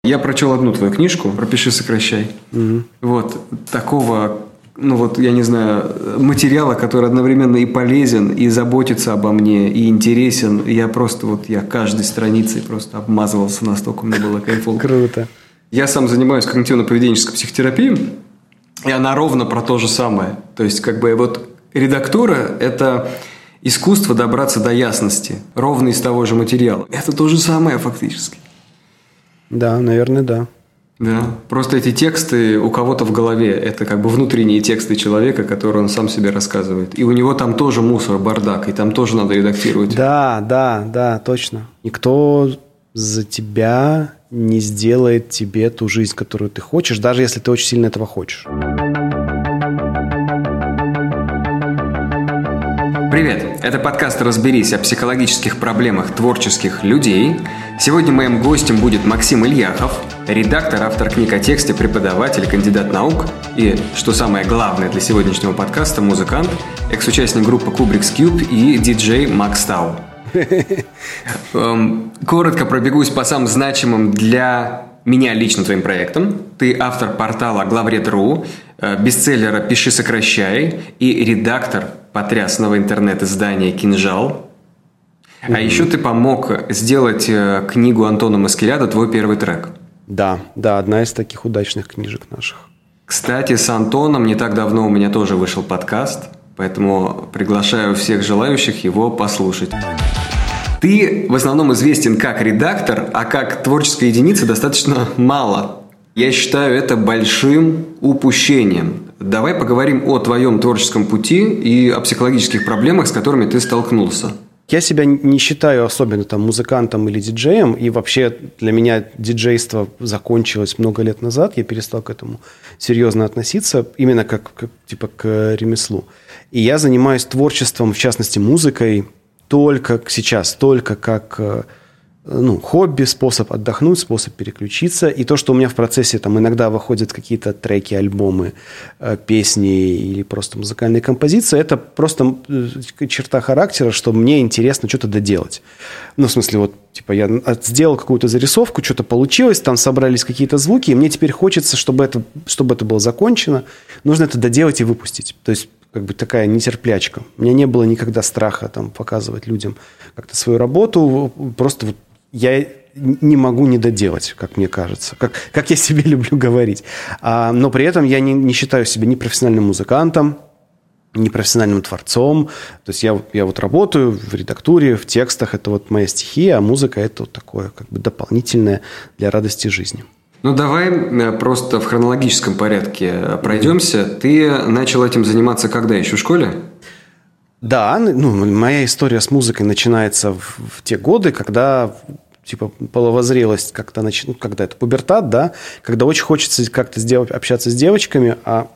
Я прочел одну твою книжку про «Пиши, сокращай». Вот такого, я не знаю, материала, который одновременно и полезен, и заботится обо мне, и интересен. Я каждой страницей просто обмазывался, настолько мне было кайфово. Круто. Я сам занимаюсь когнитивно-поведенческой психотерапией, и она ровно про то же самое. То есть, редактура – это искусство добраться до ясности, ровно из того же материала. Это то же самое фактически. Да, наверное, да. Да, просто эти тексты у кого-то в голове, это внутренние тексты человека, которые он сам себе рассказывает. И у него там тоже мусор, бардак, и там тоже надо редактировать. Да, точно. Никто за тебя не сделает тебе ту жизнь, которую ты хочешь, даже если ты очень сильно этого хочешь. Привет! Это подкаст «Разберись» о психологических проблемах творческих людей. Сегодня моим гостем будет Максим Ильяхов, редактор, автор книг о тексте, преподаватель, кандидат наук и, что самое главное для сегодняшнего подкаста, музыкант, экс-участник группы Kubrick's Cube и диджей Макс Тау. Коротко пробегусь по самым значимым для меня лично твоим проектам. Ты автор портала Главред.ру, бестселлера «Пиши, сокращай» и редактор потрясного интернет-издания «Кинжал». А еще ты помог сделать книгу Антона Маскеляда «Твой первый трек». Да, одна из таких удачных книжек наших. Кстати, с Антоном не так давно у меня тоже вышел подкаст, поэтому приглашаю всех желающих его послушать. Ты в основном известен как редактор, а как творческая единица достаточно мало. Я считаю это большим упущением. Давай поговорим о твоем творческом пути и о психологических проблемах, с которыми ты столкнулся. Я себя не считаю особенно музыкантом или диджеем, и вообще для меня диджейство закончилось много лет назад, я перестал к этому серьезно относиться, именно как к ремеслу. И я занимаюсь творчеством, в частности музыкой, только как хобби, способ отдохнуть, способ переключиться. И то, что у меня в процессе иногда выходят какие-то треки, альбомы, песни или просто музыкальные композиции, это просто черта характера, что мне интересно что-то доделать. В смысле, я сделал какую-то зарисовку, что-то получилось, там собрались какие-то звуки, и мне теперь хочется, чтобы это было закончено. Нужно это доделать и выпустить. То есть такая нетерплячка. У меня не было никогда страха показывать людям как-то свою работу. Просто я не могу не доделать, как мне кажется. Как я себе люблю говорить. Но при этом я не считаю себя ни профессиональным музыкантом, ни профессиональным творцом. То есть я работаю в редактуре, в текстах. Это моя стихия, а музыка – это такое дополнительное для радости жизни. Давай просто в хронологическом порядке пройдемся. Ты начал этим заниматься когда? Еще в школе? Да, моя история с музыкой начинается в те годы, когда половозрелость как-то когда это пубертат, да, когда очень хочется как-то общаться с девочками,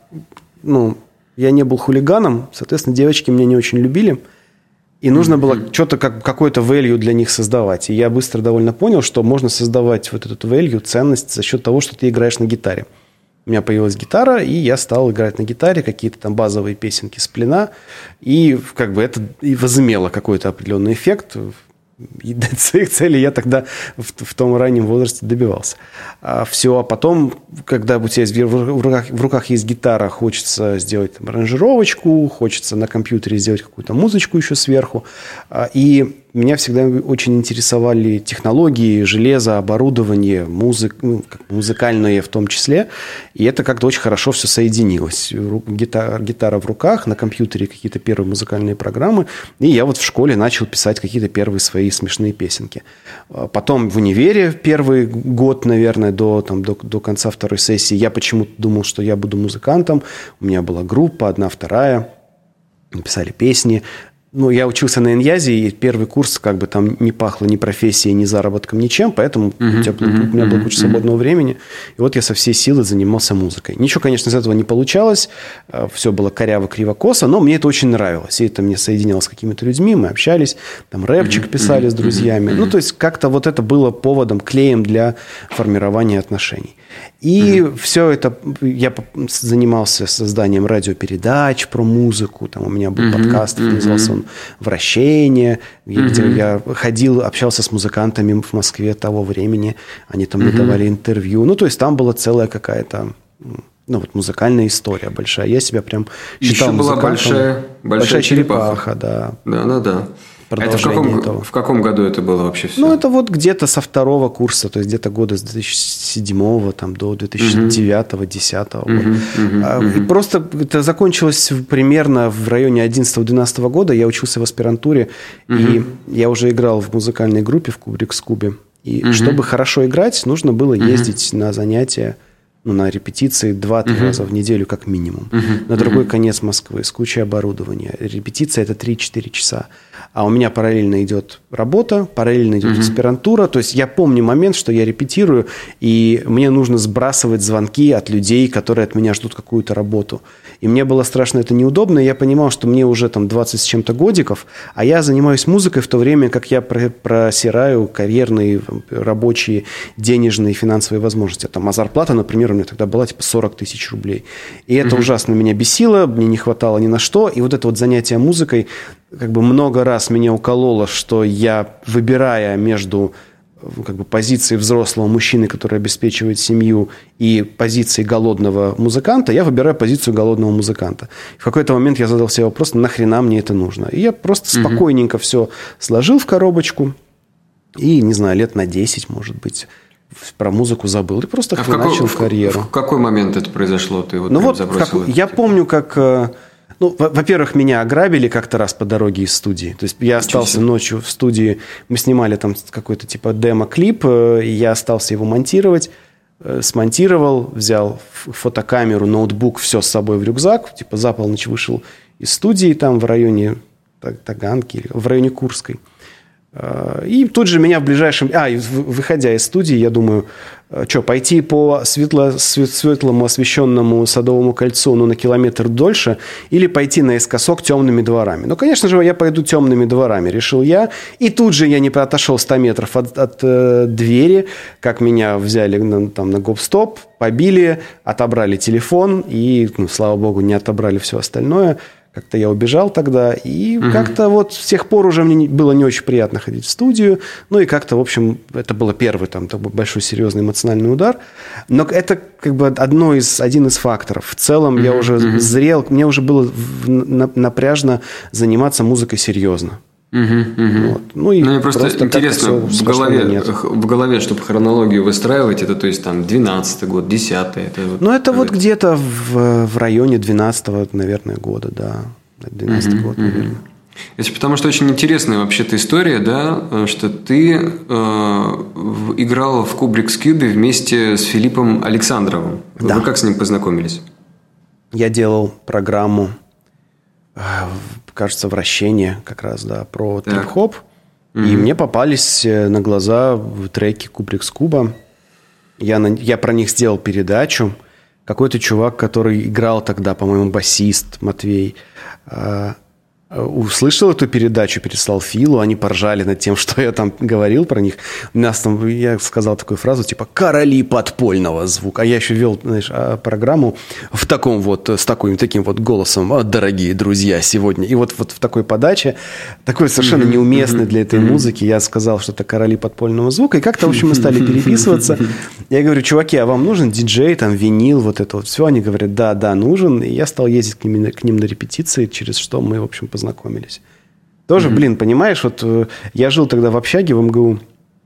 я не был хулиганом, соответственно, девочки меня не очень любили. И нужно было что-то, какой-то value для них создавать. И я быстро довольно понял, что можно создавать этот value, ценность за счет того, что ты играешь на гитаре. У меня появилась гитара, и я стал играть на гитаре какие-то базовые песенки с Плина. И это и возымело какой-то определенный эффект. И до своих целей я тогда в том раннем возрасте добивался. А потом, когда у тебя в руках есть гитара, хочется сделать аранжировочку, хочется на компьютере сделать какую-то музычку еще сверху. И меня всегда очень интересовали технологии, железо, оборудование, музыкальное в том числе. И это как-то очень хорошо все соединилось. Гитара в руках, на компьютере какие-то первые музыкальные программы. И я в школе начал писать какие-то первые свои смешные песенки. Потом в универе первый год, наверное, до конца второй сессии я почему-то думал, что я буду музыкантом. У меня была группа, одна, вторая. Писали песни. Я учился на Иньязе, и первый курс там не пахло ни профессией, ни заработком, ничем, поэтому у меня было куча свободного времени. И я со всей силы занимался музыкой. Ничего, конечно, из этого не получалось. Все было коряво, криво, косо, но мне это очень нравилось. И это мне соединяло с какими-то людьми, мы общались, рэпчик писали с друзьями. То есть как-то это было поводом, клеем для формирования отношений. И все это, я занимался созданием радиопередач про музыку, у меня был подкаст, назывался он «Вращение», где я ходил, общался с музыкантами в Москве того времени. Они там мне давали интервью. Ну, то есть там была целая какая-то... Ну, вот музыкальная история большая. Я себя прям считал музыкантом. Еще была большая черепаха. Да. Да. Это в каком году это было вообще все? Ну, это вот где-то со 2-го курса, то есть где-то года с 2007 там, до 2009-2010. И просто это закончилось примерно в районе 11-12 года. Я учился в аспирантуре, и я уже играл в музыкальной группе в Кубрикс Кубе. И чтобы хорошо играть, нужно было ездить на занятия, на репетиции 2-3 раза в неделю как минимум. На другой конец Москвы с кучей оборудования. Репетиция – это 3-4 часа. А у меня параллельно идет работа, параллельно идет аспирантура. То есть я помню момент, что я репетирую, и мне нужно сбрасывать звонки от людей, которые от меня ждут какую-то работу. И мне было страшно это неудобно. И я понимал, что мне уже там 20 с чем-то годиков, а я занимаюсь музыкой в то время, как я просираю карьерные, рабочие, денежные, финансовые возможности. Там, а зарплата, например, у меня тогда была типа 40 тысяч рублей. И это ужасно меня бесило, мне не хватало ни на что. И вот это вот занятие музыкой как бы много раз меня укололо, что я, выбирая между как бы позицией взрослого мужчины, который обеспечивает семью, и позицией голодного музыканта, я выбираю позицию голодного музыканта. В какой-то момент я задал себе вопрос, нахрена мне это нужно? И я просто спокойненько все сложил в коробочку и, не знаю, лет на 10, может быть, про музыку забыл. И просто начал карьеру. В какой момент это произошло? Ты вот забросил? Я помню, как... Ну, во-первых, меня ограбили как-то раз по дороге из студии. То есть я остался ночью в студии, мы снимали там какой-то типа демо-клип, и я остался его монтировать, смонтировал, взял фотокамеру, ноутбук, все с собой в рюкзак, типа за полночь вышел из студии там в районе Таганки, в районе Курской. И тут же меня в ближайшем... выходя из студии, я думаю, что, пойти по светлому освещенному Садовому кольцу, на километр дольше, или пойти наискосок темными дворами? Ну, конечно же, я пойду темными дворами, решил я. И тут же я не отошел 100 метров от двери, как меня взяли на гоп-стоп, побили, отобрали телефон, и, слава богу, не отобрали все остальное. Как-то я убежал тогда, и как-то вот с тех пор уже мне было не очень приятно ходить в студию. Ну, и как-то, в общем, это был первый такой большой серьезный эмоциональный удар. Но это как бы один из факторов. В целом я уже зрел, мне уже было напряжно заниматься музыкой серьезно. Вот. Ну, и мне просто интересно, в голове, чтобы хронологию выстраивать, это, то есть, там, 12-й год, 10-й. Это вот где-то в районе 12-го, наверное, года, да. 12-й год, наверное. Это потому что очень интересная вообще-то история, да, что ты играл в Кубрикс Кубе вместе с Филиппом Александровым. Да. Вы как с ним познакомились? Я делал программу, кажется, «Вращение» как раз, да, про трип-хоп. И мне попались на глаза треки Кубрикс Куба. Я про них сделал передачу. Какой-то чувак, который играл тогда, по-моему, басист Матвей, услышал эту передачу, переслал Филу, они поржали над тем, что я там говорил про них. У нас там, я сказал такую фразу, типа «короли подпольного звука». А я еще вел, знаешь, программу в таком вот, с таким вот голосом: «Дорогие друзья, сегодня». И вот в такой подаче, такой совершенно неуместной для этой музыки, я сказал, что это «короли подпольного звука». И как-то, в общем, мы стали переписываться. Я говорю: чуваки, а вам нужен диджей, там, винил, вот это вот все? Они говорят: да, нужен. И я стал ездить к ним на репетиции, через что мы, в общем, познакомились. Тоже, понимаешь, вот я жил тогда в общаге в МГУ,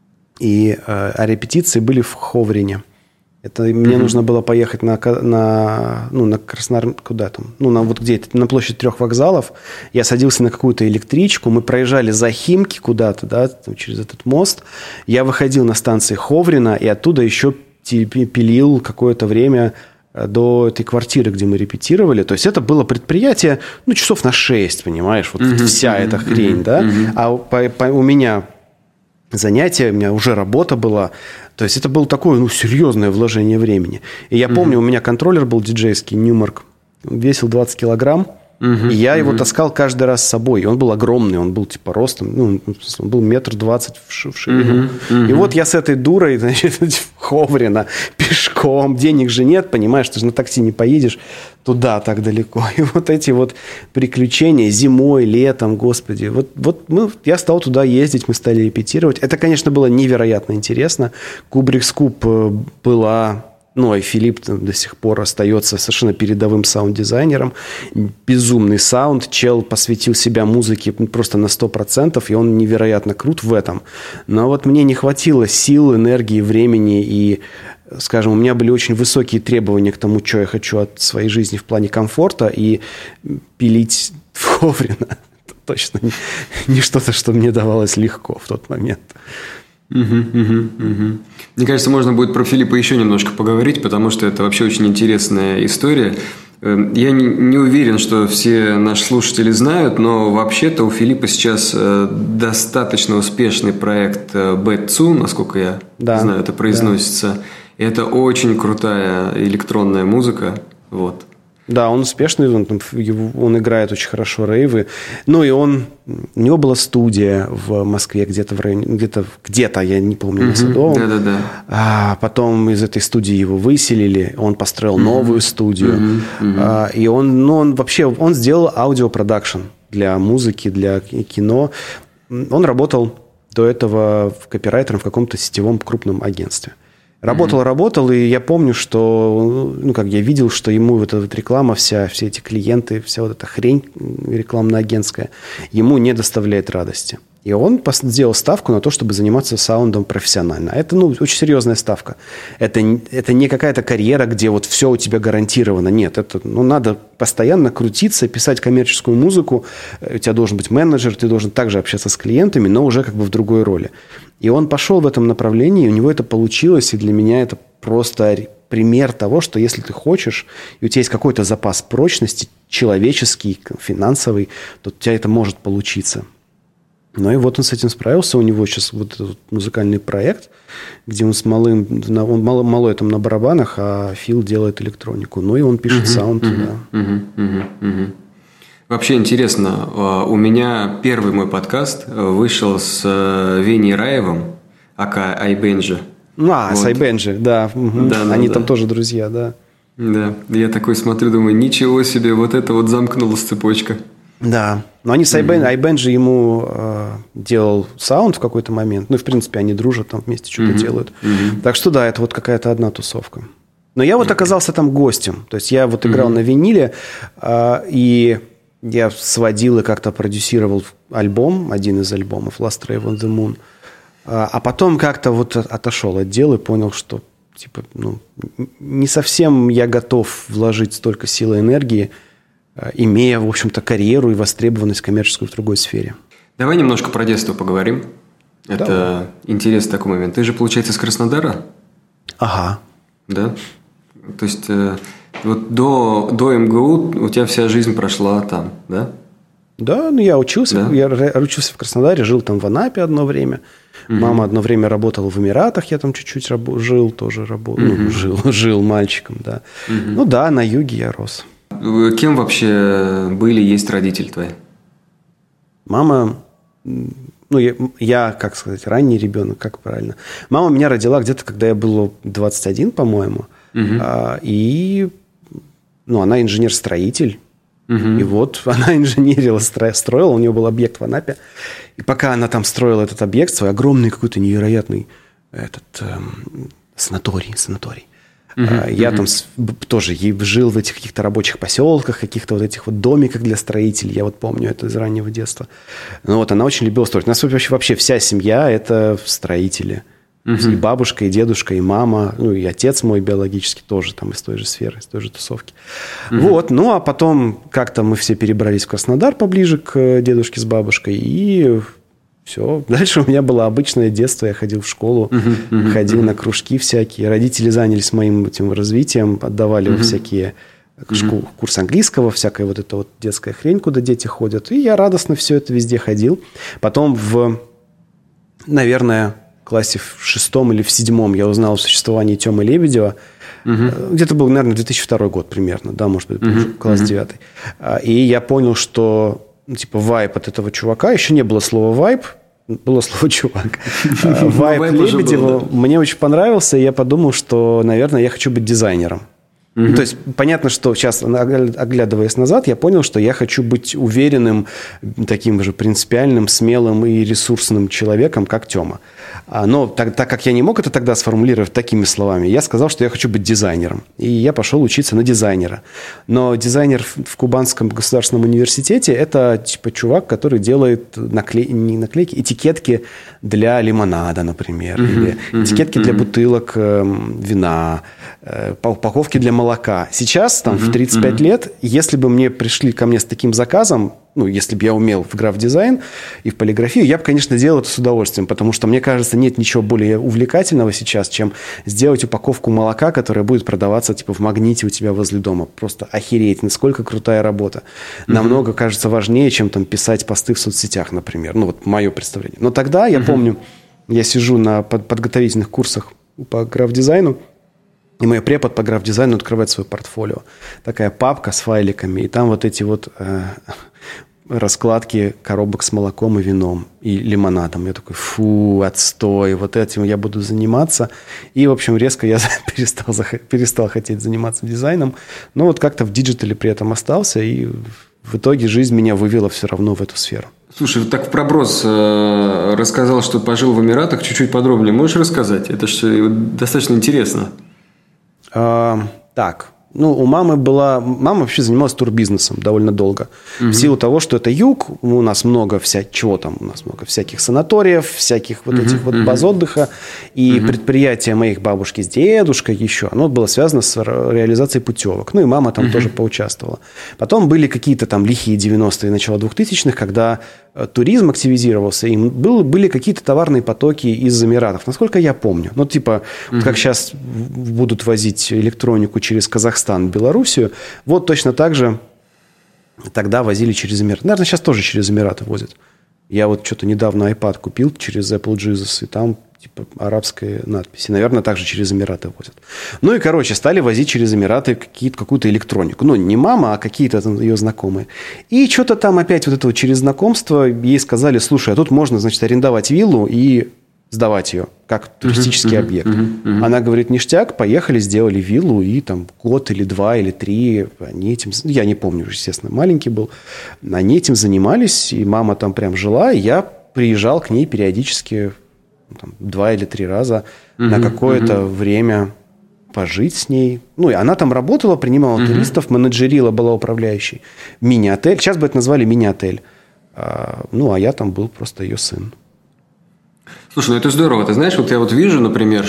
а репетиции были в Ховрине. Это мне нужно было поехать на Краснодар, куда там? Вот где это, на площадь 3 вокзалов. Я садился на какую-то электричку, мы проезжали за Химки куда-то, да, через этот мост. Я выходил на станции Ховрина, и оттуда еще пилил какое-то время до этой квартиры, где мы репетировали. То есть это было предприятие, часов на 6, понимаешь, вот вся эта хрень, да. А у меня занятие, у меня уже работа была. То есть это было такое, серьезное вложение времени. И я помню, у меня контроллер был диджейский, Ньюмарк, весил 20 килограмм. И я его таскал каждый раз с собой. И он был огромный, он был типа ростом, ну, он был 1,20 м в ширину. И вот я с этой дурой, значит, в Ховрино пешком. Денег же нет, понимаешь, ты же на такси не поедешь туда так далеко. И вот эти вот приключения зимой, летом, господи. Я стал туда ездить, мы стали репетировать. Это, конечно, было невероятно интересно. Кубрикс Куб была... Ну, и Филипп до сих пор остается совершенно передовым саунд-дизайнером. Безумный саунд. Чел посвятил себя музыке просто на 100%, и он невероятно крут в этом. Но вот мне не хватило сил, энергии, времени, и, скажем, у меня были очень высокие требования к тому, что я хочу от своей жизни в плане комфорта, и пилить в Ховрино точно не что-то, что мне давалось легко в тот момент. Мне кажется, можно будет про Филиппа еще немножко поговорить, потому что это вообще очень интересная история. Я не уверен, что все наши слушатели знают, но вообще-то у Филиппа сейчас достаточно успешный проект Бэтцу, насколько я знаю, это произносится. И это очень крутая электронная музыка. Вот. Да, он успешный, он играет очень хорошо рейвы. Ну, и у него была студия в Москве, где-то в районе, где-то, я не помню, на Садовом. Да-да-да. А потом из этой студии его выселили, он построил новую студию. И он сделал аудиопродакшн для музыки, для кино. Он работал до этого копирайтером в каком-то сетевом крупном агентстве. Работал, и я помню, что, я видел, что ему вот эта вот реклама, все эти клиенты, вся вот эта хрень рекламно-агентская, ему не доставляет радости. И он сделал ставку на то, чтобы заниматься саундом профессионально. Это, очень серьезная ставка. Это не какая-то карьера, где вот все у тебя гарантировано. Нет, это, надо постоянно крутиться, писать коммерческую музыку. У тебя должен быть менеджер, ты должен также общаться с клиентами, но уже как бы в другой роли. И он пошел в этом направлении, и у него это получилось, и для меня это просто пример того, что если ты хочешь, и у тебя есть какой-то запас прочности, человеческий, финансовый, то у тебя это может получиться. Ну и вот он с этим справился. У него сейчас вот этот музыкальный проект, где он с малой там на барабанах, а Фил делает электронику. Ну и он пишет саунд. Вообще интересно, у меня первый мой подкаст вышел с Веней Раевым, ака Айбенджи. С Айбенджи, да. Они там тоже друзья, да. Да, я такой смотрю, думаю, ничего себе, вот это вот замкнулась цепочка. Да, но они с Айбенджи ему делал саунд в какой-то момент. Ну, и, в принципе, они дружат, там вместе что-то делают. Так что, да, это вот какая-то одна тусовка. Но я вот оказался там гостем. То есть, я вот играл на виниле, и я сводил и как-то продюсировал альбом, один из альбомов, Last Rave on the Moon. А потом как-то вот отошел от дела и понял, что, не совсем я готов вложить столько сил и энергии, имея, в общем-то, карьеру и востребованность коммерческую в другой сфере. Давай немножко про детство поговорим. Это интересный такой момент. Ты же, получается, из Краснодара? Ага. Да? То есть, вот до МГУ у тебя вся жизнь прошла там, да? Да, я учился. Да? Я учился в Краснодаре, жил там в Анапе одно время. Мама одно время работала в Эмиратах, я там чуть-чуть жил, тоже жил мальчиком, да. На юге я рос. Кем вообще есть родители твои? Мама, я, как сказать, ранний ребенок, как правильно. Мама меня родила где-то, когда я был 21, по-моему. И она инженер-строитель. И вот она инженерила, строила, у нее был объект в Анапе. И пока она там строила этот объект, свой огромный какой-то невероятный санаторий. Я там тоже жил в этих каких-то рабочих поселках, каких-то вот этих вот домиках для строителей. Я вот помню это из раннего детства. Она очень любила строить. У нас вообще вся семья – это строители. И бабушка, и дедушка, и мама, и отец мой биологический тоже там из той же сферы, из той же тусовки. А потом как-то мы все перебрались в Краснодар поближе к дедушке с бабушкой, и все. Дальше у меня было обычное детство, я ходил в школу, ходил на кружки всякие. Родители занялись моим этим развитием, отдавали всякие курс английского, всякая вот эта вот детская хрень, куда дети ходят. И я радостно все это везде ходил. Потом наверное, классе в 6 или в 7 я узнал о существовании Тёмы Лебедева. Где-то был, наверное, 2002 год примерно, да, может быть, класс 9. И я понял, что, ну, типа, вайб от этого чувака, еще не было слова вайб, было слово чувак. Вайб Лебедева мне очень понравился, и я подумал, что, наверное, я хочу быть дизайнером. То есть, понятно, что сейчас, оглядываясь назад, я понял, что я хочу быть уверенным, таким же принципиальным, смелым и ресурсным человеком, как Тёма. Но так как я не мог это тогда сформулировать такими словами, я сказал, что я хочу быть дизайнером. И я пошел учиться на дизайнера. Но дизайнер в Кубанском государственном университете – это типа чувак, который делает не наклейки, этикетки для лимонада, например, или этикетки для бутылок вина, упаковки для молока. Сейчас, там, в 35 лет, если бы мне пришли ко мне с таким заказом, ну, если бы я умел в граф-дизайн и в полиграфию, я бы, конечно, делал это с удовольствием, потому что, мне кажется, нет ничего более увлекательного сейчас, чем сделать упаковку молока, которая будет продаваться, типа, в магните у тебя возле дома. Просто охереть, насколько крутая работа. Намного, кажется, важнее, чем там писать посты в соцсетях, например. Ну, вот мое представление. Но тогда, я помню, я сижу на подготовительных курсах по граф-дизайну, и мой препод по граф-дизайну открывает свое портфолио. Такая папка с файликами, и там вот эти вот раскладки коробок с молоком и вином, и лимонадом. Я такой, фу, отстой, вот этим я буду заниматься. И, в общем, резко я перестал хотеть заниматься дизайном. Но вот как-то в диджитале при этом остался, и в итоге жизнь меня вывела все равно в эту сферу. Слушай, так в проброс рассказал, что пожил в Эмиратах. Чуть-чуть подробнее можешь рассказать? Это же достаточно интересно. Так, ну, у мамы была... Мама вообще занималась турбизнесом довольно долго. В силу того, что это юг, у нас много чего там? У нас много всяких санаториев, всяких вот этих вот баз отдыха. И предприятие моих бабушки с дедушкой еще, оно было связано с реализацией путевок. Ну, и мама там тоже поучаствовала. Потом были какие-то там лихие 90-е, начало 2000-х, когда туризм активизировался, и были какие-то товарные потоки из Эмиратов, насколько я помню. Ну, типа, как сейчас будут возить электронику через Казахстан, Белоруссию, вот точно так же тогда возили через Эмираты. Наверное, сейчас тоже через Эмираты возят. Я вот что-то недавно iPad купил через Apple Jesus, и там типа арабская надпись. И, наверное, также через Эмираты возят. Ну и, короче, стали возить через Эмираты какую-то электронику. Ну, не мама, а какие-то там ее знакомые. И что-то там опять вот это вот через знакомство ей сказали, слушай, а тут можно, значит, арендовать виллу и сдавать ее как туристический объект. Она говорит, ништяк, поехали, сделали виллу, и там год или 2 или 3 они этим... Я не помню, естественно, маленький был. Они этим занимались, и мама там прям жила, и я приезжал к ней периодически там, 2 или 3 раза на какое-то время пожить с ней. Ну, и она там работала, принимала туристов, менеджерила, была управляющей. Мини-отель. Сейчас бы это назвали мини-отель. Ну, а я там был просто ее сын. Слушай, ну это здорово. Ты знаешь, вот я вот вижу, например,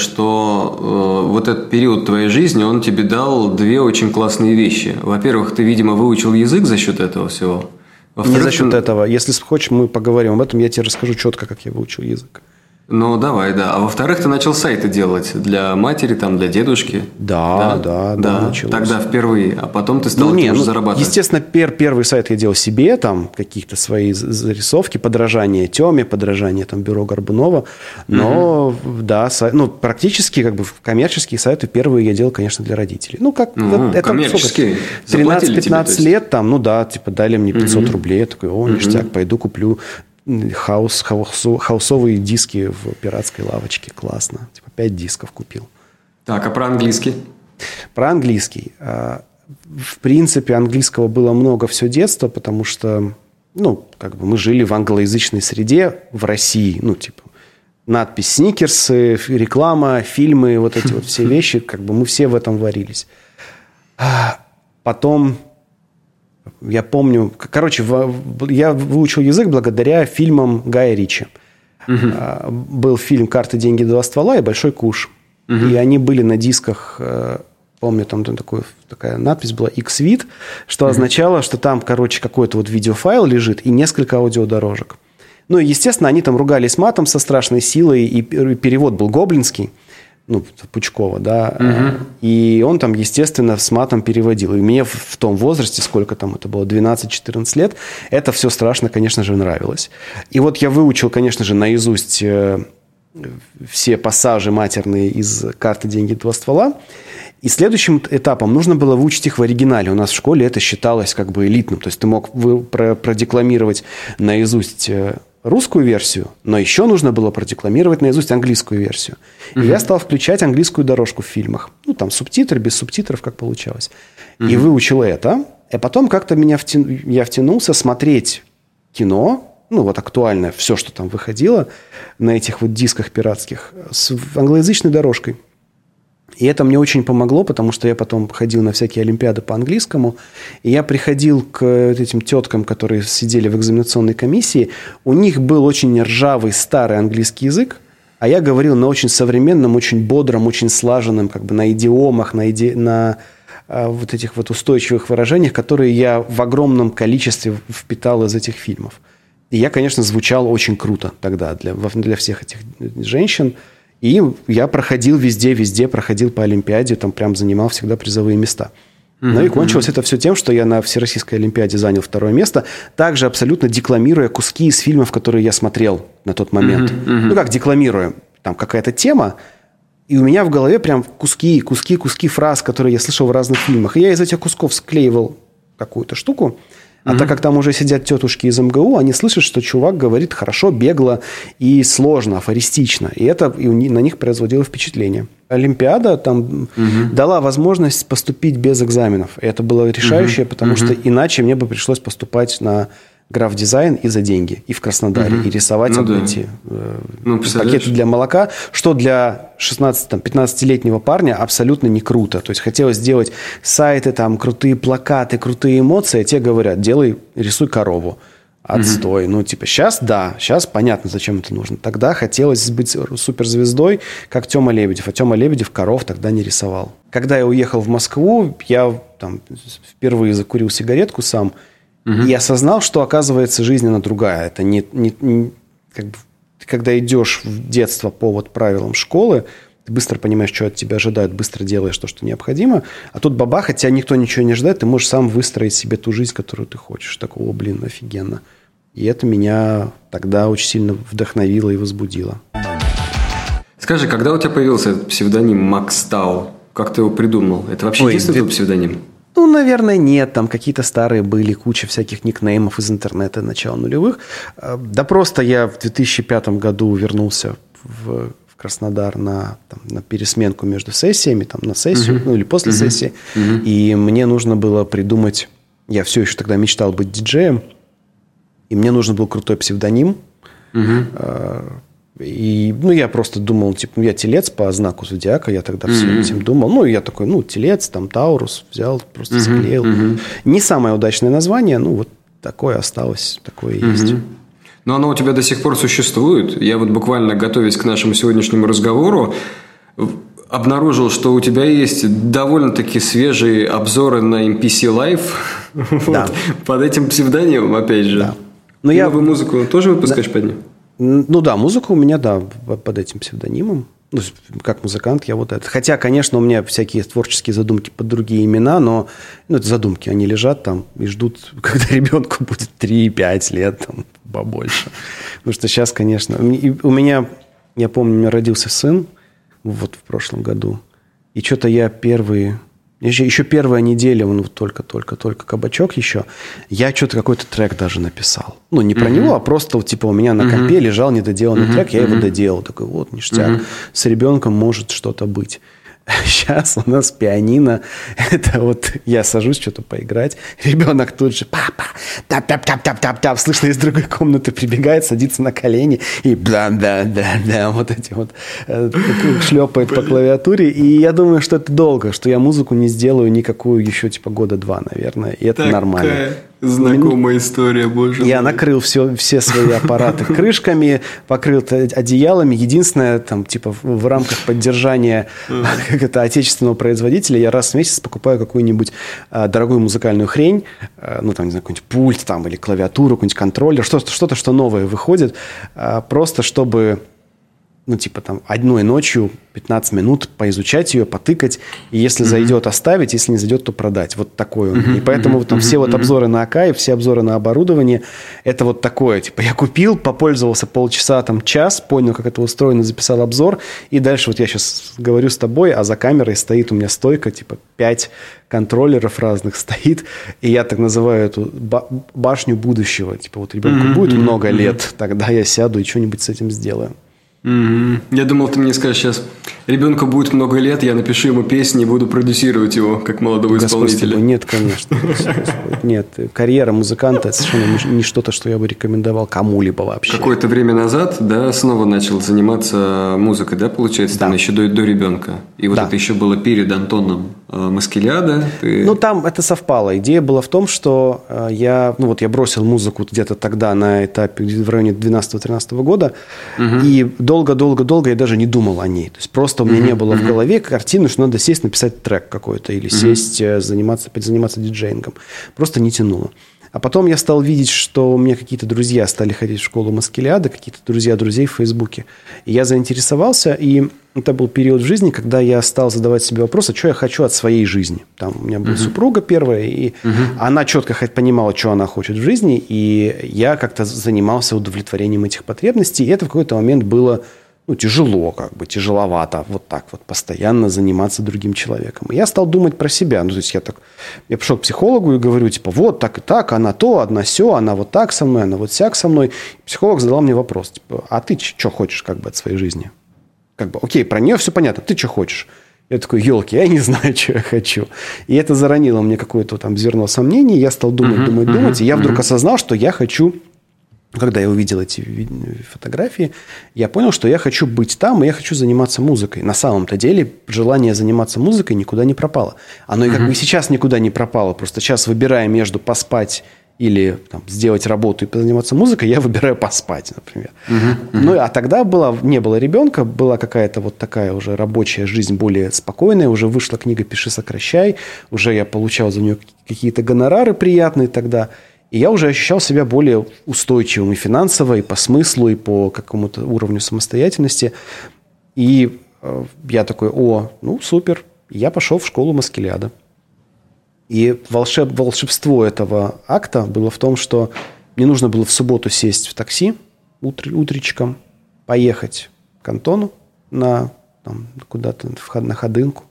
что вот этот период твоей жизни, он тебе дал 2 очень классные вещи. Во-первых, ты, видимо, выучил язык за счет этого всего. Не за счет этого. Если хочешь, мы поговорим об этом. Я тебе расскажу четко, как я выучил язык. Ну, давай, да. А во-вторых, ты начал сайты делать для матери, там, для дедушки. Да, началось. Тогда впервые. А потом ты стал уже зарабатывать. Естественно, первый сайт я делал себе, там, каких-то свои зарисовки, подражание Тёме, подражание там, бюро Горбунова. Но, да, практически как бы коммерческие сайты первые я делал, конечно, для родителей. Ну, как... это коммерческие? 13-15 лет, там, ну да, типа, дали мне 500 рублей. Я такой, ништяк, пойду куплю хаусовые диски в пиратской лавочке. Классно. Типа 5 дисков купил. Так, а про английский? Про английский. В принципе, английского было много все детство, потому что, ну, как бы мы жили в англоязычной среде в России. Ну, типа, надпись «Сникерсы», реклама, фильмы, вот эти вот все вещи, как бы мы все в этом варились. Потом... Я помню... Короче, я выучил язык благодаря фильмам Гая Ричи. Был фильм «Карты, деньги, 2 ствола» и «Большой куш». И они были на дисках... Помню, там такая надпись была «X-Vid», что означало, что там, короче, какой-то вот видеофайл лежит и несколько аудиодорожек. Ну, и, естественно, они там ругались матом со страшной силой, и перевод был гоблинский. Ну, Пучкова, да, и он там, естественно, с матом переводил. И мне в том возрасте, сколько там это было, 12-14 лет, это все страшно, конечно же, нравилось. И вот я выучил, конечно же, наизусть все пассажи матерные из карты «Деньги, два ствола». И следующим этапом нужно было выучить их в оригинале. У нас в школе это считалось как бы элитным. То есть ты мог продекламировать наизусть русскую версию, но еще нужно было продекламировать наизусть английскую версию. И я стал включать английскую дорожку в фильмах. Ну, там субтитры, без субтитров, как получалось. И выучил это. А потом как-то я втянулся смотреть кино, ну, вот актуальное, все, что там выходило на этих вот дисках пиратских, с англоязычной дорожкой. И это мне очень помогло, потому что я потом ходил на всякие олимпиады по английскому, и я приходил к этим теткам, которые сидели в экзаменационной комиссии, у них был очень ржавый старый английский язык, а я говорил на очень современном, очень бодром, очень слаженном, как бы на идиомах, на вот этих вот устойчивых выражениях, которые я в огромном количестве впитал из этих фильмов. И я, конечно, звучал очень круто тогда для всех этих женщин. И я проходил везде проходил по Олимпиаде, там прям занимал всегда призовые места. Ну и кончилось это все тем, что я на Всероссийской Олимпиаде занял 2 место, также абсолютно декламируя куски из фильмов, которые я смотрел на тот момент. Ну как декламируя? Там какая-то тема, и у меня в голове прям куски фраз, которые я слышал в разных фильмах. И я из этих кусков склеивал какую-то штуку. А так как там уже сидят тетушки из МГУ, они слышат, что чувак говорит хорошо, бегло и сложно, афористично. И это на них производило впечатление. Олимпиада там дала возможность поступить без экзаменов. И это было решающее, потому что иначе мне бы пришлось поступать на граф-дизайн и за деньги. И в Краснодаре. И рисовать эти пакеты для молока, что для 16-15-летнего парня абсолютно не круто. То есть хотелось сделать сайты, там, крутые плакаты, крутые эмоции. А те говорят, рисуй корову. Отстой. Ну, типа, сейчас понятно, зачем это нужно. Тогда хотелось быть суперзвездой, как Тёма Лебедев. А Тёма Лебедев коров тогда не рисовал. Когда я уехал в Москву, я там впервые закурил сигаретку сам, и осознал, что, оказывается, жизнь, она другая. Это не как бы, когда идешь в детство по вот правилам школы, ты быстро понимаешь, что от тебя ожидают, быстро делаешь то, что необходимо. А тут бабах, от тебя никто ничего не ожидает, ты можешь сам выстроить себе ту жизнь, которую ты хочешь. Такого, офигенно. И это меня тогда очень сильно вдохновило и возбудило. Скажи, когда у тебя появился этот псевдоним Макс Тау, как ты его придумал? Это вообще единственный твой псевдоним? Ну, наверное, нет. Там какие-то старые были, куча всяких никнеймов из интернета начала нулевых. Да просто я в 2005 году вернулся в Краснодар на пересменку между сессиями, там, на сессию, ну, или после сессии. И мне нужно было придумать... Я все еще тогда мечтал быть диджеем. И мне нужен был крутой псевдоним. И, я просто думал, я телец по знаку зодиака, я тогда всем этим думал. Ну, я такой, телец, там, Таурус, взял, просто склеил. Не самое удачное название, вот такое осталось, такое и есть. Но оно у тебя до сих пор существует. Я вот буквально, готовясь к нашему сегодняшнему разговору, обнаружил, что у тебя есть довольно-таки свежие обзоры на MPC Live. Да. Под этим псевдонимом, опять же. Да. Но новую музыку тоже выпускаешь под ним? Ну да, музыка у меня, под этим псевдонимом. Ну, как музыкант я вот это. Хотя, конечно, у меня всякие творческие задумки под другие имена, но это задумки, они лежат там и ждут, когда ребенку будет 3-5 лет, там, побольше. Потому что сейчас, конечно... У меня, я помню, у меня родился сын вот в прошлом году, и что-то еще первая неделя, он вот только кабачок еще, я что-то какой-то трек даже написал. Ну, не про него, а просто у меня на компе лежал недоделанный трек, я его доделал. Такой, вот, ништяк. С ребенком может что-то быть. Сейчас у нас пианино, это вот я сажусь что-то поиграть, ребенок тут же папа, тап-тап-тап-тап-тап-тап, слышно из другой комнаты прибегает, садится на колени и бла-да-да-да, вот эти вот шлепает по клавиатуре. И я думаю, что это долго, что я музыку не сделаю никакую еще 2 года, наверное, и это нормально. Знакомая история, боже мой. Я накрыл все свои аппараты крышками, покрыл одеялами. Единственное, в рамках поддержания отечественного производителя, я раз в месяц покупаю какую-нибудь дорогую музыкальную хрень, какой-нибудь пульт или клавиатуру, какой-нибудь контроллер, что-то, что новое выходит, просто чтобы ну, типа там одной ночью 15 минут поизучать ее, потыкать, и если зайдет, оставить, если не зайдет, то продать. Вот такой он. И поэтому там все вот обзоры на АК и все обзоры на оборудование, это вот такое. Типа я купил, попользовался полчаса, там час, понял, как это устроено, записал обзор, и дальше вот я сейчас говорю с тобой, а за камерой стоит у меня стойка, типа 5 контроллеров разных стоит, и я так называю эту башню будущего. Типа вот ребенку будет много лет, тогда я сяду и что-нибудь с этим сделаю. Я думал, ты мне скажешь сейчас, ребенку будет много лет, я напишу ему песни и буду продюсировать его, как молодого исполнителя. Нет, конечно. Нет, карьера музыканта – это совершенно не что-то, что я бы рекомендовал кому-либо вообще. Какое-то время назад, да, снова начал заниматься музыкой, да, получается, там еще до ребенка. И вот это еще было перед Антоном Маскеляда. Ну, там это совпало. Идея была в том, что я бросил музыку где-то тогда на этапе в районе 12-13 года, и долго-долго-долго я даже не думал о ней. То есть просто у меня не было в голове картины, что надо сесть, написать трек какой-то или сесть, заниматься диджеингом. Просто не тянуло. А потом я стал видеть, что у меня какие-то друзья стали ходить в школу Маскеляда, какие-то друзья друзей в Фейсбуке. И я заинтересовался, и это был период в жизни, когда я стал задавать себе вопрос, а что я хочу от своей жизни. Там у меня была супруга первая, и она четко понимала, что она хочет в жизни, и я как-то занимался удовлетворением этих потребностей, и это в какой-то момент было тяжело, тяжеловато вот так вот постоянно заниматься другим человеком. И я стал думать про себя. То есть я пришел к психологу и говорю, типа, вот так и так, она то, одна сё, она вот так со мной, она вот сяк со мной. И психолог задал мне вопрос, типа, а ты что хочешь от своей жизни? Окей, про нее все понятно, ты что хочешь? Я такой, елки, я не знаю, что я хочу. И это заронило мне какое-то там зерно сомнений. Я стал думать. И я вдруг осознал, что я хочу... Когда я увидел эти фотографии, я понял, что я хочу быть там, и я хочу заниматься музыкой. На самом-то деле желание заниматься музыкой никуда не пропало. Оно и и сейчас никуда не пропало. Просто сейчас, выбирая между поспать или сделать работу и позаниматься музыкой, я выбираю поспать, например. Ну, а тогда не было ребенка, была какая-то вот такая уже рабочая жизнь более спокойная, уже вышла книга «Пиши, сокращай», уже я получал за нее какие-то гонорары приятные тогда. И я уже ощущал себя более устойчивым и финансово, и по смыслу, и по какому-то уровню самостоятельности. И я такой, супер. Я пошел в школу Маскеляда. И волшебство этого акта было в том, что мне нужно было в субботу сесть в такси утречком, поехать к Антону куда-то на Ходынку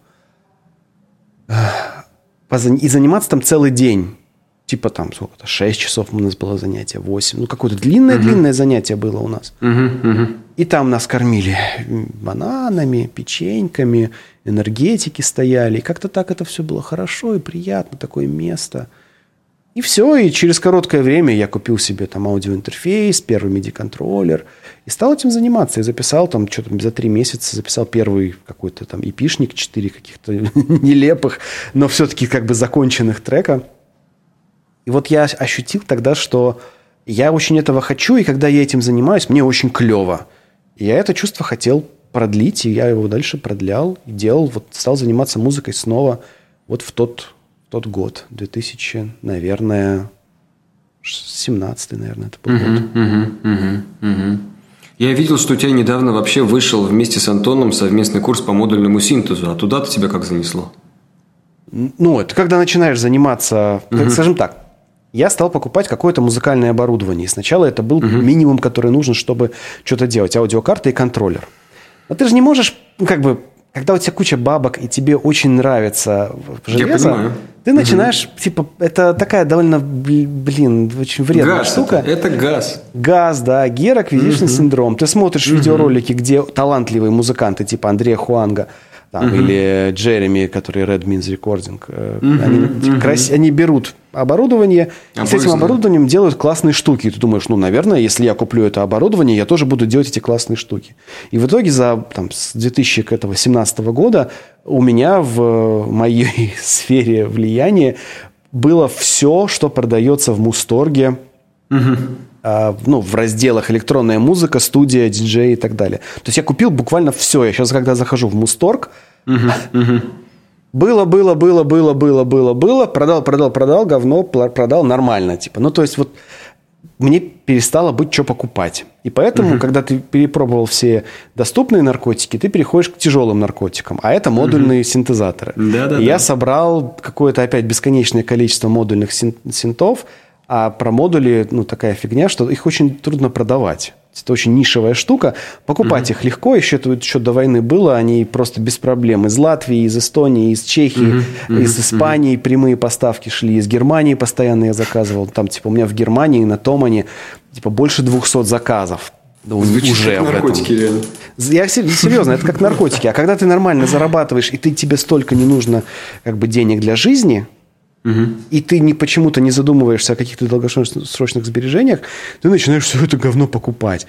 и заниматься там целый день. Типа 6 часов у нас было занятие, 8. Какое-то длинное занятие было у нас. И там нас кормили бананами, печеньками, энергетики стояли. И как-то так это все было хорошо и приятно, такое место. И все, и через короткое время я купил себе аудиоинтерфейс, первый MIDI-контроллер. И стал этим заниматься. Я записал за 3 месяца, записал первый какой-то EP-шник, 4 каких-то нелепых, но все-таки законченных трека. И вот я ощутил тогда, что я очень этого хочу, и когда я этим занимаюсь, мне очень клево. И я это чувство хотел продлить, и я его дальше продлял, и делал, стал заниматься музыкой снова в тот год, 2000, наверное, 17-й, наверное, это был год. Я видел, что у тебя недавно вообще вышел вместе с Антоном совместный курс по модульному синтезу, а туда-то тебя как занесло? Это когда начинаешь заниматься, скажем так, я стал покупать какое-то музыкальное оборудование. И сначала это был минимум, который нужен, чтобы что-то делать. Аудиокарта и контроллер. Но ты же не можешь, когда у тебя куча бабок, и тебе очень нравится железо, ты начинаешь, это такая довольно, очень вредная штука. Это газ. Газ, да, героаквизишн синдром. Ты смотришь видеоролики, где талантливые музыканты, типа Андрея Хуанга, или Джереми, который Red Means Recording. Они берут оборудование, и с этим оборудованием делают классные штуки. И ты думаешь, наверное, если я куплю это оборудование, я тоже буду делать эти классные штуки. И в итоге с 2017 года у меня в моей сфере влияния было все, что продается в Мусторге, в разделах электронная музыка, студия, диджей и так далее. То есть я купил буквально все. Я сейчас, когда захожу в Мусторг, было, продал, говно, продал нормально. То есть мне перестало быть что покупать. И поэтому, когда ты перепробовал все доступные наркотики, ты переходишь к тяжелым наркотикам. А это модульные синтезаторы. И я собрал какое-то опять бесконечное количество модульных синтов. А про модули, такая фигня, что их очень трудно продавать. Это очень нишевая штука. Покупать их легко. Еще до войны было. Они просто без проблем. Из Латвии, из Эстонии, из Чехии, из Испании прямые поставки шли. Из Германии постоянно я заказывал. Там, у меня в Германии на Томане больше 200 заказов. Звучит уже как наркотики, реально. Я серьезно, это как наркотики. А когда ты нормально зарабатываешь, и тебе столько не нужно денег для жизни... И ты почему-то не задумываешься о каких-то долгосрочных сбережениях, ты начинаешь все это говно покупать.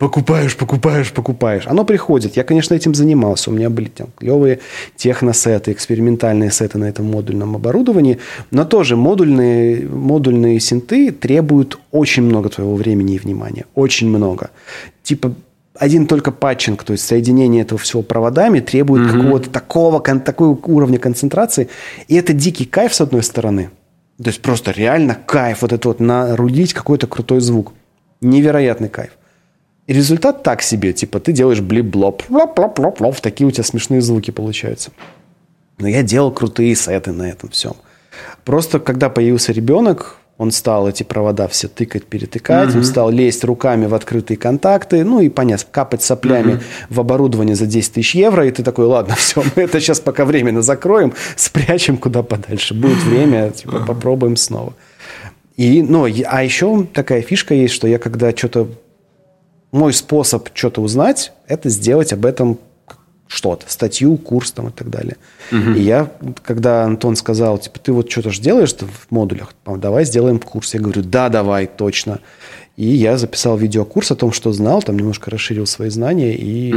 Покупаешь. Оно приходит. Я, конечно, этим занимался. У меня были клевые техносеты, экспериментальные сеты на этом модульном оборудовании. Но тоже модульные синты требуют очень много твоего времени и внимания. Очень много. Один только патчинг, то есть соединение этого всего проводами, требует какого-то такого уровня концентрации. И это дикий кайф, с одной стороны. То есть просто реально кайф нарулить какой-то крутой звук. Невероятный кайф. И результат так себе. Ты делаешь блип-блоп, лоп-лоп-лоп-лоп, такие у тебя смешные звуки получаются. Но я делал крутые сеты на этом всем. Просто когда появился ребенок, он стал эти провода все тыкать, перетыкать, он стал лезть руками в открытые контакты, и, понятно, капать соплями в оборудование за 10 тысяч евро, и ты такой, ладно, все, мы это сейчас пока временно закроем, спрячем куда подальше, будет время, попробуем снова. А еще такая фишка есть, что я когда мой способ что-то узнать, это сделать об этом что-то, статью, курс и так далее. И я, когда Антон сказал, ты что-то же делаешь в модулях, давай сделаем курс. Я говорю, да, давай, точно. И я записал видеокурс о том, что знал, там немножко расширил свои знания.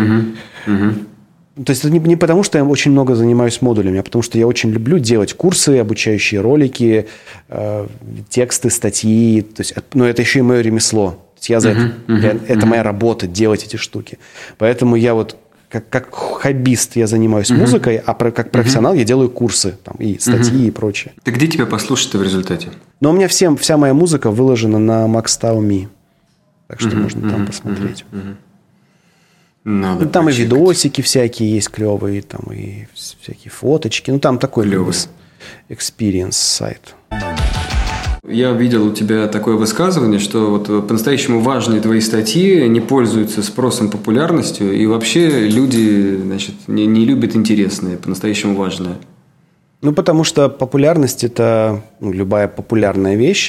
То есть это не потому, что я очень много занимаюсь модулями, а потому что я очень люблю делать курсы, обучающие ролики, тексты, статьи. То есть, это еще и мое ремесло. То есть это моя работа, делать эти штуки. Поэтому я как хоббист я занимаюсь музыкой, а как профессионал я делаю курсы, и статьи и прочее. Ты где тебя послушать-то в результате? Но у меня вся моя музыка выложена на MaxTau.me. Так что можно там посмотреть. Там и видосики всякие есть клевые, там и всякие фоточки. Там такой experience сайт. Я видел у тебя такое высказывание, что по-настоящему важные твои статьи не пользуются спросом, популярностью, и вообще люди, не любят интересное, по-настоящему важное. Потому что популярность – это любая популярная вещь,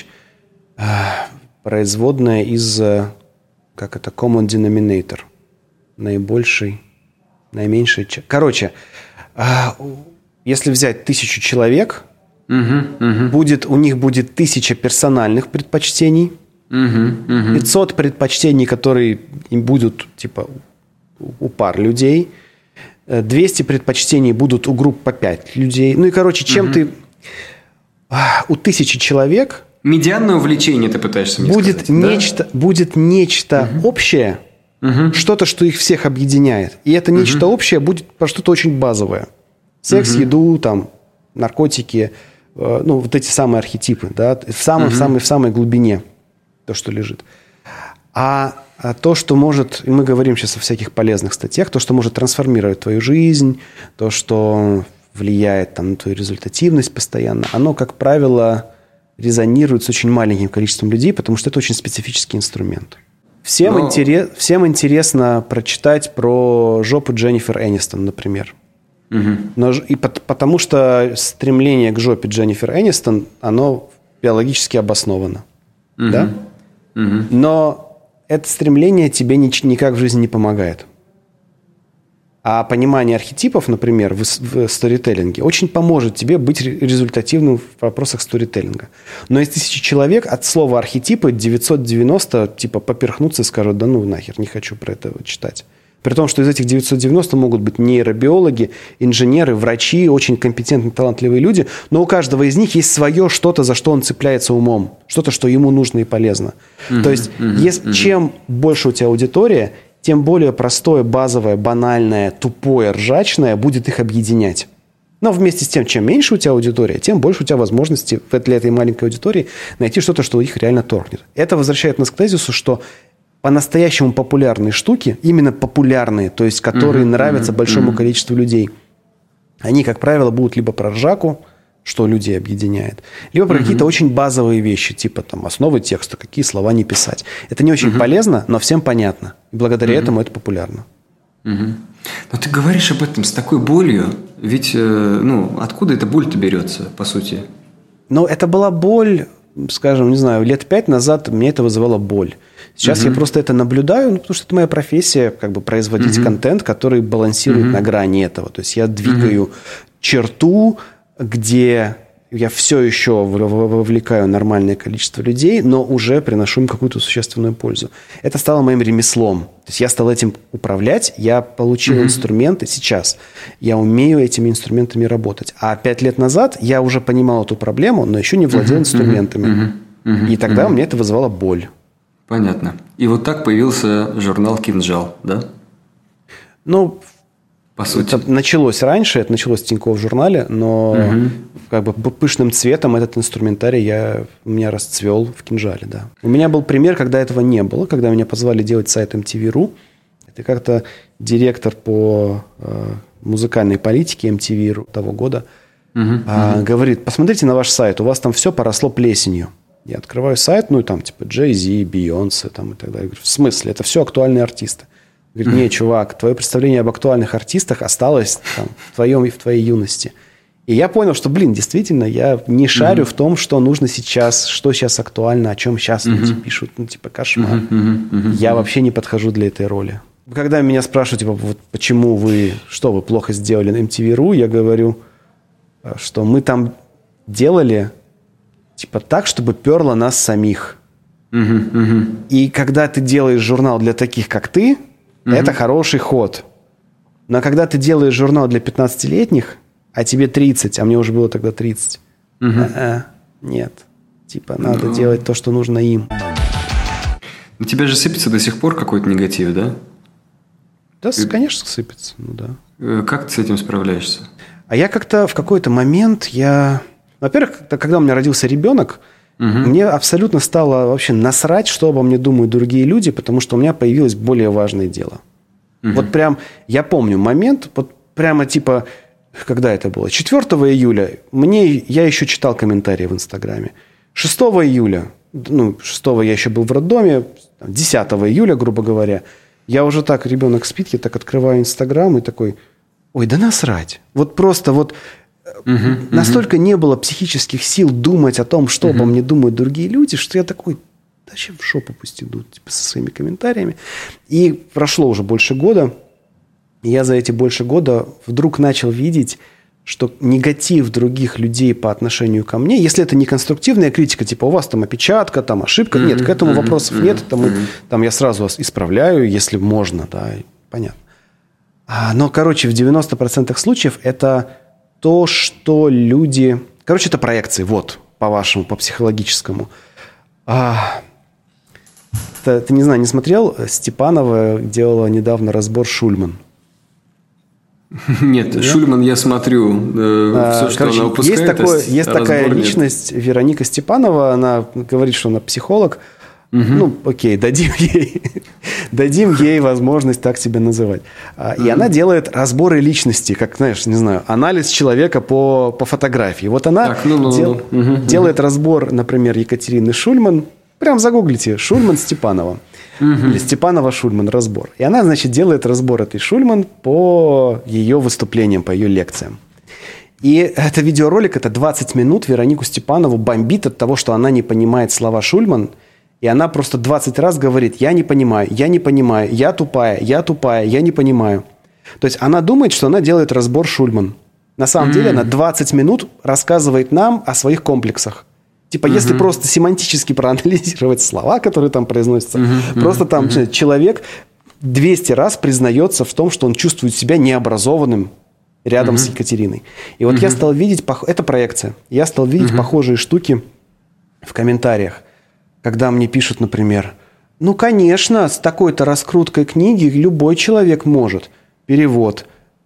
производная из, common denominator, наименьший. Короче, если взять 1000 человек, у них будет 1000 персональных предпочтений, 500 предпочтений, которые им будут у пар людей, 200 предпочтений будут у групп по 5 людей. Чем ты у 1000 человек медианное увлечение, ты пытаешься мне сказать, будет нечто общее, что-то, что их всех объединяет. И это нечто общее будет про что-то очень базовое. Секс, еду, наркотики, эти самые архетипы, в самой глубине то, что лежит. А то, что может, и мы говорим сейчас о всяких полезных статьях, то, что может трансформировать твою жизнь, то, что влияет на твою результативность постоянно, оно, как правило, резонирует с очень маленьким количеством людей, потому что это очень специфический инструмент. Всем интересно прочитать про жопу Дженнифер Энистон, например. Потому что стремление к жопе Дженнифер Энистон, оно биологически обосновано. Да? Но это стремление тебе никак в жизни не помогает. А понимание архетипов, например, в сторителлинге очень поможет тебе быть результативным в вопросах сторителлинга. Но из 1000 человек от слова архетипы 990 поперхнутся и скажут, да нахер, не хочу про это читать. При том, что из этих 990 могут быть нейробиологи, инженеры, врачи, очень компетентные, талантливые люди, но у каждого из них есть свое что-то, за что он цепляется умом, что-то, что ему нужно и полезно. То есть, чем больше у тебя аудитория, тем более простое, базовое, банальное, тупое, ржачное будет их объединять. Но вместе с тем, чем меньше у тебя аудитория, тем больше у тебя возможности для этой маленькой аудитории найти что-то, что их реально торкнет. Это возвращает нас к тезису, что по-настоящему популярные штуки, именно популярные, то есть которые нравятся большому количеству людей, они, как правило, будут либо про ржаку, что людей объединяет, либо про какие-то очень базовые вещи, типа там основы текста, какие слова не писать. Это не очень полезно, но всем понятно. И благодаря этому это популярно. Но ты говоришь об этом с такой болью, ведь, откуда эта боль-то берется, по сути? Ну, это была боль, скажем, не знаю, лет 5 назад мне это вызывало боль. Сейчас я просто это наблюдаю, потому что это моя профессия, как бы производить контент, который балансирует на грани этого. То есть я двигаю черту, где я все еще вовлекаю нормальное количество людей, но уже приношу им какую-то существенную пользу. Это стало моим ремеслом. То есть я стал этим управлять, я получил инструменты сейчас. Я умею этими инструментами работать. А 5 лет назад я уже понимал эту проблему, но еще не владел инструментами. И тогда мне это вызывало боль. Понятно. И вот так появился журнал «Кинжал», да? Ну, по сути. Это началось раньше, это началось в Тинькофф журнале, но как бы пышным цветом этот инструментарий у меня расцвел в «Кинжале», да. У меня был пример, когда этого не было, когда меня позвали делать сайт MTV.ru. Это как-то директор по музыкальной политике MTV того года говорит: посмотрите на ваш сайт, у вас там все поросло плесенью. Я открываю сайт, ну и там типа Jay-Z, Beyoncé там, и так далее. Я говорю: в смысле? Это все актуальные артисты. Говорит: не, чувак, твое представление об актуальных артистах осталось там, в твоей юности. И я понял, что, действительно, я не шарю в том, что нужно сейчас, что сейчас актуально, о чем сейчас люди пишут. Ну, типа, кошмар. Я вообще не подхожу для этой роли. Когда меня спрашивают, типа, вот почему вы плохо сделали на MTV.ru, я говорю, что мы там делали типа так, чтобы перло нас самих. И когда ты делаешь журнал для таких, как ты, это хороший ход. Но когда ты делаешь журнал для 15-летних, а тебе 30, а мне уже было тогда 30, нет. Типа надо делать то, что нужно им. На тебя же сыпется до сих пор какой-то негатив, да? Да, конечно, сыпется. Ну, да. Как ты с этим справляешься? А я как-то в какой-то момент Во-первых, когда у меня родился ребенок, мне абсолютно стало вообще насрать, что обо мне думают другие люди, потому что у меня появилось более важное дело. Вот прям, я помню момент, вот прямо типа, когда это было? 4 июля я еще читал комментарии в Инстаграме. 6 июля, 6 я еще был в роддоме, 10 июля, грубо говоря, я уже так, ребенок спит, я так открываю Инстаграм и такой: ой, да насрать. Вот просто настолько не было психических сил думать о том, что обо мне думают другие люди, что я такой: да вообще в жопу пусть идут, типа, со своими комментариями. И прошло уже больше года, и я за эти больше года вдруг начал видеть, что негатив других людей по отношению ко мне, если это не конструктивная критика, типа у вас там опечатка, там ошибка, нет, к этому вопросов нет, там я сразу исправляю, если можно, да, понятно. Но, в 90% случаев это то, что люди... это проекции, по-вашему, по психологическому. Ты, не знаю, не смотрел? Степанова делала недавно разбор Шульман. Нет, Шульман я смотрю. Все, что она выпускает. Есть такая личность, Вероника Степанова, она говорит, что она психолог. Окей, дадим ей возможность так себя называть. И она делает разборы личности, как, знаешь, не знаю, анализ человека по фотографии. Вот она делает разбор, например, Екатерины Шульман. Прям загуглите: Шульман Степанова. Или Степанова-Шульман разбор. И она, значит, делает разбор этой Шульман по ее выступлениям, по ее лекциям. И это видеоролик, это 20 минут, Веронику Степанову бомбит от того, что она не понимает слова Шульман. И она просто 20 раз говорит: я не понимаю, я тупая, я не понимаю. То есть она думает, что она делает разбор Шульман. На самом деле она 20 минут рассказывает нам о своих комплексах. Типа, если просто семантически проанализировать слова, которые там произносятся, просто там человек 200 раз признается в том, что он чувствует себя необразованным рядом с Екатериной. И вот я стал видеть... Это проекция. Я стал видеть похожие штуки в комментариях. Когда мне пишут, например: конечно, с такой-то раскруткой книги любой человек может. Перевод: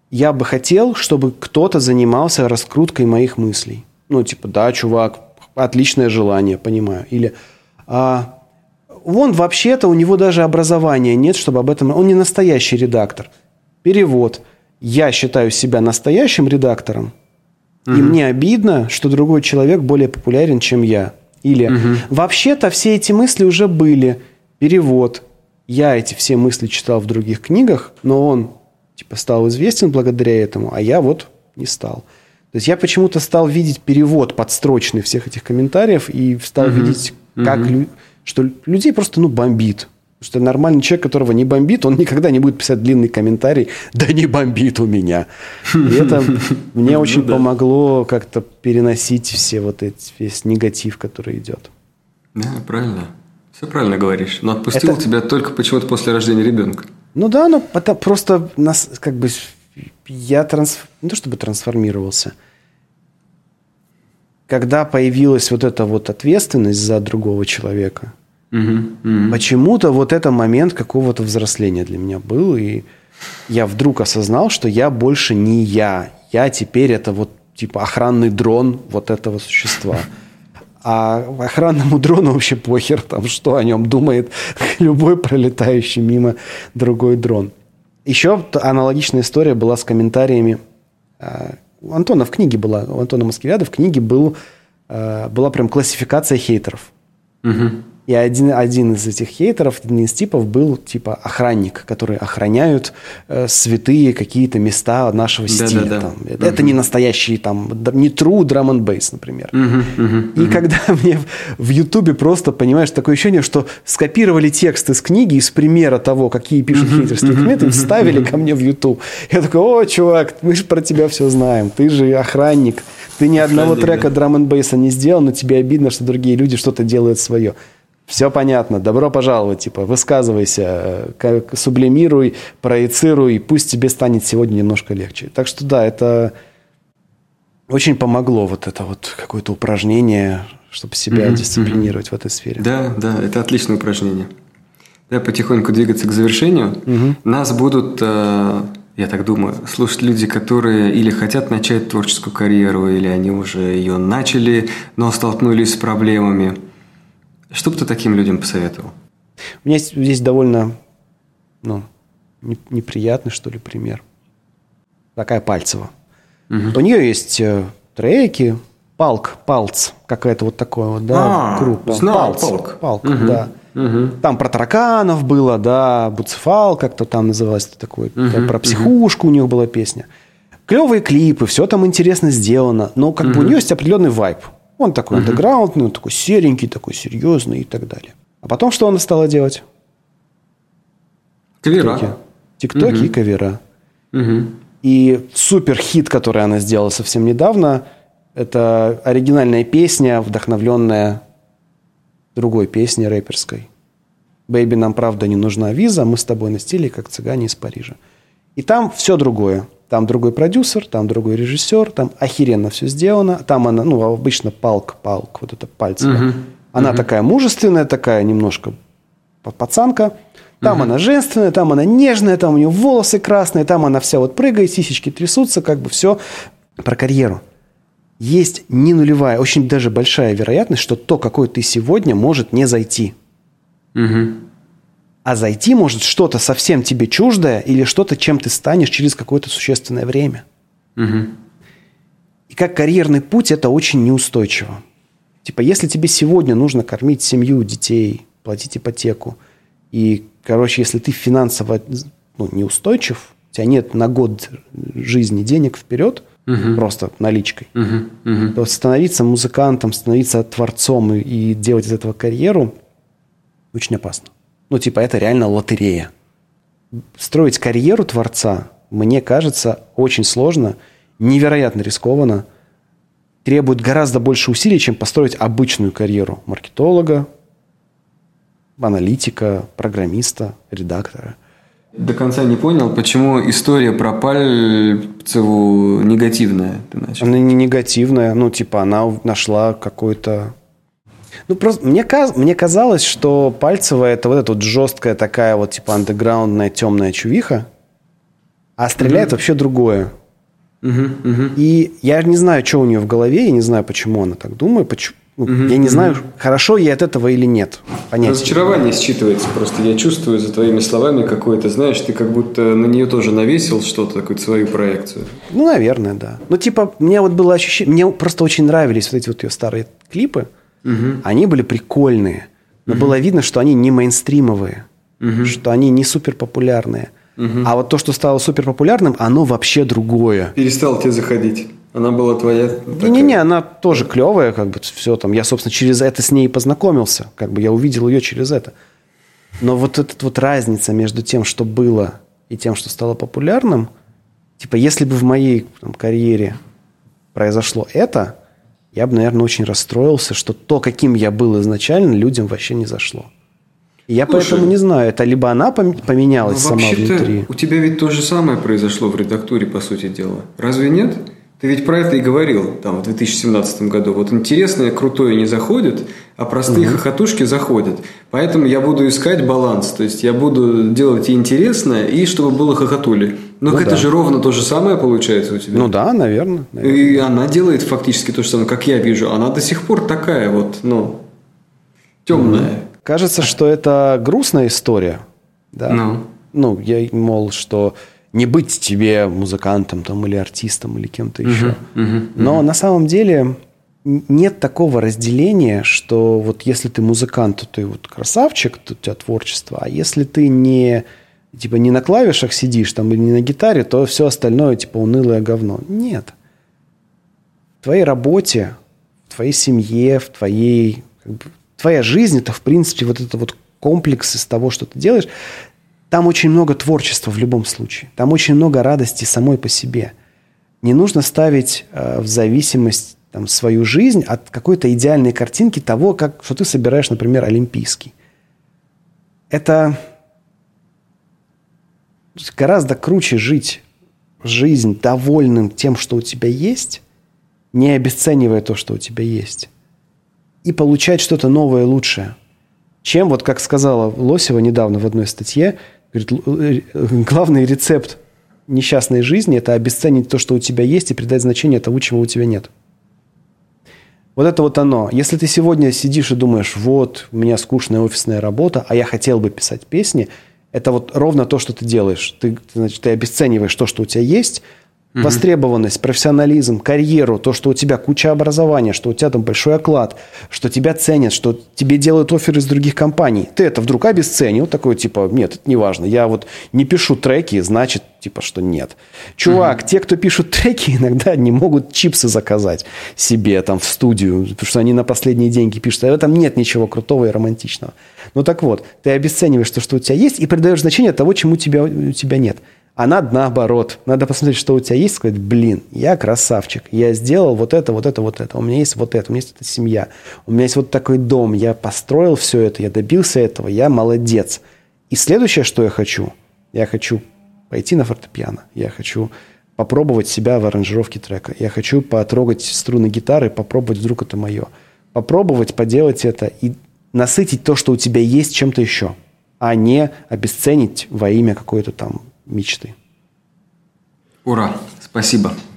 я бы хотел, чтобы кто-то занимался раскруткой моих мыслей. Ну, типа, да, чувак, отличное желание, понимаю. Или, вон вообще-то у него даже образования нет, чтобы об этом... Он не настоящий редактор. Перевод. Я считаю себя настоящим редактором, и мне обидно, что другой человек более популярен, чем я. Или вообще-то все эти мысли уже были. Перевод. Я эти все мысли читал в других книгах, но он типа стал известен благодаря этому, а я вот не стал. То есть я почему-то стал видеть перевод подстрочный всех этих комментариев и стал видеть, как что людей просто бомбит. Потому что нормальный человек, которого не бомбит, он никогда не будет писать длинный комментарий «Да не бомбит у меня». И это мне очень помогло как-то переносить весь негатив, который идет. Да, правильно. Все правильно говоришь. Но отпустил тебя только почему-то после рождения ребенка. Ну да, но это просто нас как бы... Я не то чтобы трансформировался. Когда появилась вот эта вот ответственность за другого человека, почему-то вот это момент какого-то взросления для меня был, и я вдруг осознал, что я больше не я. Я теперь это вот типа охранный дрон вот этого существа. А охранному дрону вообще похер, там, что о нем думает любой пролетающий мимо другой дрон. Еще аналогичная история была с комментариями. У Антона в книге была, у Антона Москвиада в книге была прям классификация хейтеров. И один из этих хейтеров, один из типов был типа охранник, которые охраняют святые какие-то места нашего стиля. Там. Это не настоящий, там, не true drum and bass, например. И когда мне в Ютубе просто, понимаешь, такое ощущение, что скопировали текст из книги, из примера того, какие пишут хейтерские комменты, и вставили ко мне в Ютуб. Я такой: о, чувак, мы же про тебя все знаем, ты же охранник, ты ни одного трека drum and bass не сделал, но тебе обидно, что другие люди что-то делают свое. Все понятно, добро пожаловать, типа, высказывайся, сублимируй, проецируй, пусть тебе станет сегодня немножко легче. Так что да, это очень помогло вот это вот какое-то упражнение, чтобы себя дисциплинировать в этой сфере. Да, это отличное упражнение. Да, потихоньку двигаться к завершению. Нас будут, я так думаю, слушать люди, которые или хотят начать творческую карьеру, или они уже ее начали, но столкнулись с проблемами. Что бы ты таким людям посоветовал? У меня есть довольно неприятный, что ли, пример. Такая Пальцева. У нее есть треки, палц, какая-то вот такое вот, да, группа. Палк, да. Там про тараканов было, да, Буцефал как-то там называлось такое. Про психушку у них была песня. Клевые клипы, все там интересно сделано, но как бы у нее есть определенный вайб. Он такой андеграундный, он такой серенький, такой серьезный и так далее. А потом что она стала делать? Кавера. Тиктоки и кавера. И супер хит, который она сделала совсем недавно, это оригинальная песня, вдохновленная другой песней рэперской. «Бэйби, нам правда не нужна виза, мы с тобой на стиле, как цыгане из Парижа». И там все другое. Там другой продюсер, там другой режиссер, там охеренно все сделано. Там она, обычно палк, вот это Пальцева. Она такая мужественная, такая немножко пацанка. Там она женственная, там она нежная, там у нее волосы красные, там она вся вот прыгает, сисечки трясутся, как бы все про карьеру. Есть не нулевая, очень даже большая вероятность, что то, какой ты сегодня, может не зайти. А зайти может что-то совсем тебе чуждое или что-то, чем ты станешь через какое-то существенное время. И как карьерный путь это очень неустойчиво. Типа, если тебе сегодня нужно кормить семью, детей, платить ипотеку, и, если ты финансово неустойчив, у тебя нет на год жизни денег вперед, просто наличкой, то становиться музыкантом, становиться творцом и делать из этого карьеру очень опасно. Это реально лотерея. Строить карьеру творца, мне кажется, очень сложно, невероятно рискованно, требует гораздо больше усилий, чем построить обычную карьеру маркетолога, аналитика, программиста, редактора. До конца не понял, почему история про Пальцеву негативная. Ты начал. Она не негативная, она нашла какой-то... просто мне казалось, что Пальцева это вот эта вот жесткая такая вот андеграундная темная чувиха, а стреляет вообще другое. И я не знаю, что у нее в голове, я не знаю, почему она так думает, я не знаю, хорошо ей от этого или нет. Разочарование считывается просто. Я чувствую за твоими словами какое-то, знаешь, ты как будто на нее тоже навесил что-то, какую-то свою проекцию. Ну, наверное, да. Ну, типа, мне вот было ощущение, мне просто очень нравились вот эти вот ее старые клипы. Они были прикольные, но было видно, что они не мейнстримовые, что они не супер популярные. А вот то, что стало супер популярным, оно вообще другое. Перестал тебе заходить. Она была твоя? Не-не-не, она тоже клевая, как бы все там. Я, собственно, через это с ней и познакомился. Как бы я увидел ее через это. Но вот эта вот разница между тем, что было, и тем, что стало популярным, типа, если бы в моей там, карьере произошло это, я бы, наверное, очень расстроился, что то, каким я был изначально, людям вообще не зашло. И я поэтому не знаю, это либо она поменялась сама внутри. У тебя ведь то же самое произошло в редактуре, по сути дела. Разве нет? Ты ведь про это и говорил там, в 2017 году. Вот интересное, крутое не заходит, а простые хохотушки заходят. Поэтому я буду искать баланс. То есть, я буду делать и интересное, и чтобы было хохотули. Но это же ровно то же самое получается у тебя. Ну да, наверное. И она делает фактически то же самое, как я вижу. Она до сих пор такая вот, темная. Кажется, что это грустная история. Да? Ну, я, мол, что... Не быть тебе музыкантом там, или артистом, или кем-то еще. Но на самом деле нет такого разделения, что вот если ты музыкант, то ты вот красавчик, то у тебя творчество, а если ты не на клавишах сидишь там, или не на гитаре, то все остальное типа унылое говно. Нет. В твоей работе, в твоей семье, твоя жизнь – это, в принципе, вот это вот комплекс из того, что ты делаешь. Там очень много творчества в любом случае. Там очень много радости самой по себе. Не нужно ставить в зависимость там, свою жизнь от какой-то идеальной картинки того, что ты собираешь, например, олимпийский. Это гораздо круче жить жизнь довольным тем, что у тебя есть, не обесценивая то, что у тебя есть, и получать что-то новое, лучшее. Чем, вот как сказала Лосева недавно в одной статье, говорит, главный рецепт несчастной жизни – это обесценить то, что у тебя есть, и придать значение тому, чего у тебя нет. Вот это вот оно. Если ты сегодня сидишь и думаешь, вот, у меня скучная офисная работа, а я хотел бы писать песни, это вот ровно то, что ты делаешь. Ты обесцениваешь то, что у тебя есть, востребованность, профессионализм, карьеру, то, что у тебя куча образования, что у тебя там большой оклад, что тебя ценят, что тебе делают офферы из других компаний. Ты это вдруг обесценил, такой типа, нет, это не важно. Я вот не пишу треки, значит, типа, что нет. Чувак, те, кто пишут треки, иногда не могут чипсы заказать себе там в студию, потому что они на последние деньги пишут, а в этом нет ничего крутого и романтичного. Ну так вот, ты обесцениваешь то, что у тебя есть, и придаешь значение того, чему у тебя нет. А надо наоборот. Надо посмотреть, что у тебя есть, сказать, блин, я красавчик, я сделал вот это, вот это, вот это. У меня есть вот это, у меня есть эта семья, у меня есть вот такой дом, я построил все это, я добился этого, я молодец. И следующее, что я хочу пойти на фортепиано, я хочу попробовать себя в аранжировке трека, я хочу потрогать струны гитары, попробовать, вдруг это мое. Попробовать поделать это и насытить то, что у тебя есть, чем-то еще, а не обесценить во имя какой-то там мечты. Ура! Спасибо.